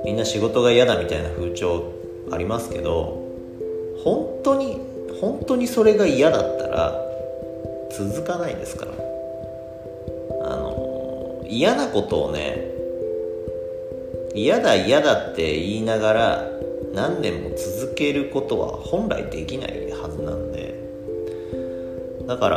みんな仕事が嫌だみたいな風潮ありますけど、本当にそれが嫌だったら続かないですから。嫌なことをね、嫌だって言いながら何年も続けることは本来できないはずなんで、だから、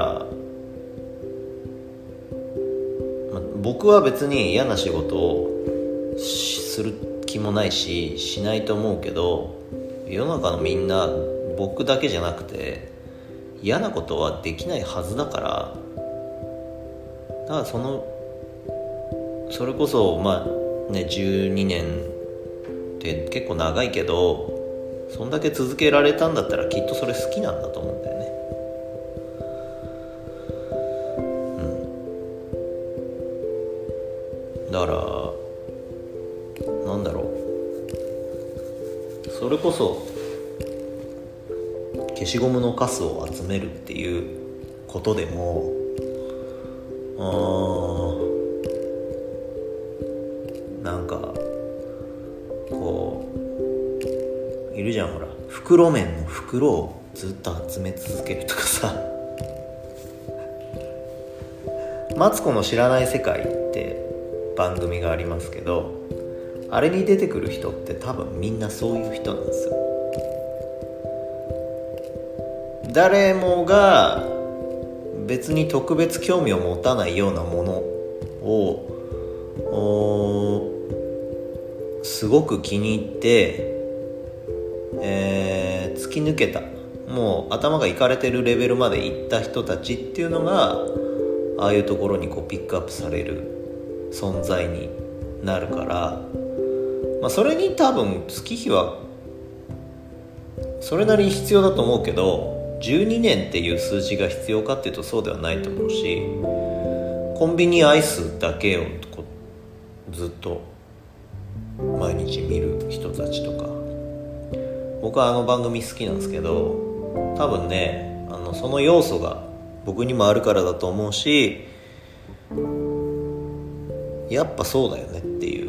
僕は別に嫌な仕事をする気もないししないと思うけど、世の中のみんな、僕だけじゃなくて嫌なことはできないはずだから、だからそれこそ12年って結構長いけど、そんだけ続けられたんだったらきっとそれ好きなんだと思うんだよね。だからなんだろう、それこそ消しゴムのカスを集めるっていうことでも、なんかこういるじゃん、ほら、袋麺の袋をずっと集め続けるとかさマツコの知らない世界って番組がありますけど、あれに出てくる人って多分みんなそういう人なんですよ。誰もが別に特別興味を持たないようなものをすごく気に入って、突き抜けた、もう頭がいかれてるレベルまでいった人たちっていうのが、ああいうところにこうピックアップされる存在になるから、それに多分月日はそれなりに必要だと思うけど、12年っていう数字が必要かっていうとそうではないと思うし、コンビニアイスだけをずっと毎日見る人たちとか、僕はあの番組好きなんですけど、多分ね、その要素が僕にもあるからだと思うし、やっぱそうだよねっていう、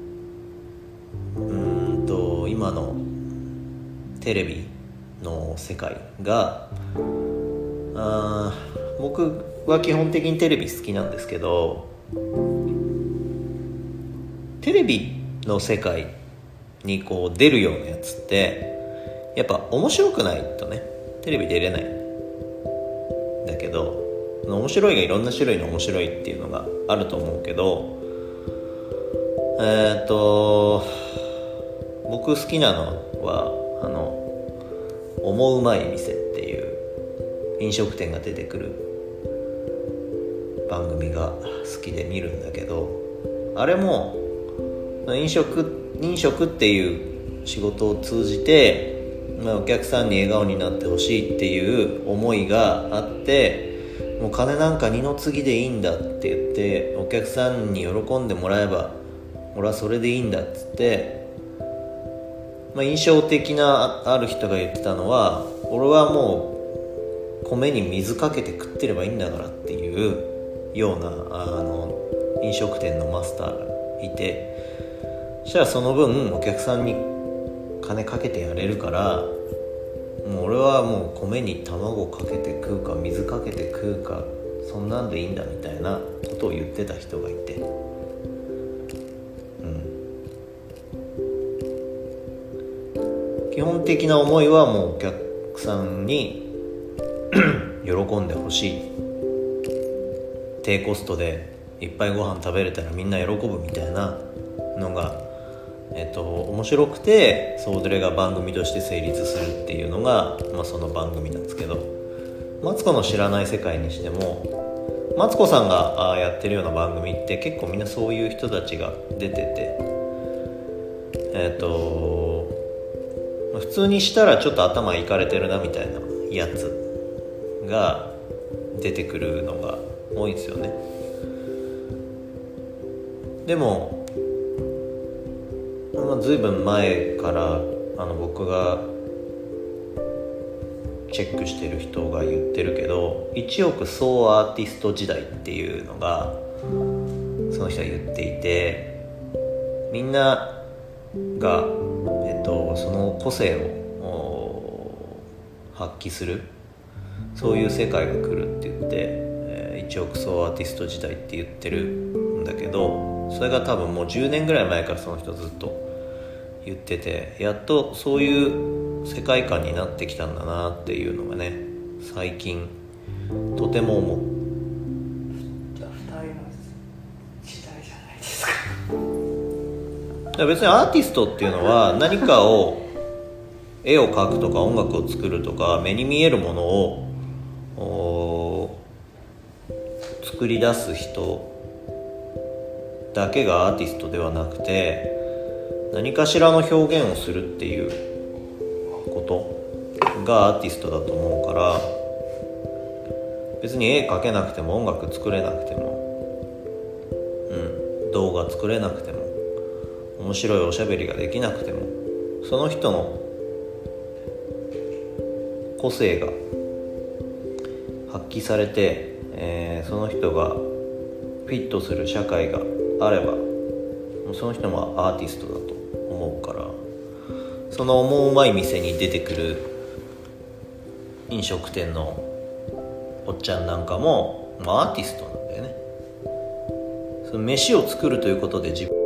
今のテレビの世界が、僕は基本的にテレビ好きなんですけど、テレビの世界にこう出るようなやつってやっぱ面白くないとね、テレビ出れないんだけど、面白いがいろんな種類の面白いっていうのがあると思うけど、僕好きなのは思うまい店っていう飲食店が出てくる番組が好きで見るんだけど、あれも飲食っていう仕事を通じて、お客さんに笑顔になってほしいっていう思いがあって、もう金なんか二の次でいいんだって言って、お客さんに喜んでもらえば俺はそれでいいんだっつって、印象的なある人が言ってたのは、俺はもう米に水かけて食ってればいいんだからっていうような飲食店のマスターがいて、そしたらその分お客さんに金かけてやれるから、もう俺はもう米に卵かけて食うか水かけて食うかそんなんでいいんだみたいなことを言ってた人がいて、基本的な思いはもうお客さんに喜んでほしい、低コストでいっぱいご飯食べれたらみんな喜ぶみたいなのが、面白くて、それが番組として成立するっていうのが、その番組なんですけど、マツコの知らない世界にしても、マツコさんがやってるような番組って結構みんなそういう人たちが出てて、普通にしたらちょっと頭いかれてるなみたいなやつが出てくるのが多いんですよね。でもずいぶん前から僕がチェックしてる人が言ってるけど、1億総アーティスト時代っていうのがその人は言っていて、みんなが、その個性を発揮する、そういう世界が来るって言って、1億総アーティスト時代って言ってるんだけど、それが多分もう10年ぐらい前からその人ずっと言ってて、やっとそういう世界観になってきたんだなっていうのがね、最近とても思う。 時代じゃないですか。 だから別にアーティストっていうのは何かを絵を描くとか音楽を作るとか目に見えるものを作り出す人だけがアーティストではなくて、何かしらの表現をするっていうことがアーティストだと思うから、別に絵描けなくても音楽作れなくても、動画作れなくても面白いおしゃべりができなくても、その人の個性が発揮されて、その人がフィットする社会があれば、その人もアーティストだと思うから、その思うまい店に出てくる飲食店のおっちゃんなんかも、アーティストなんだよね。その飯を作るということで自分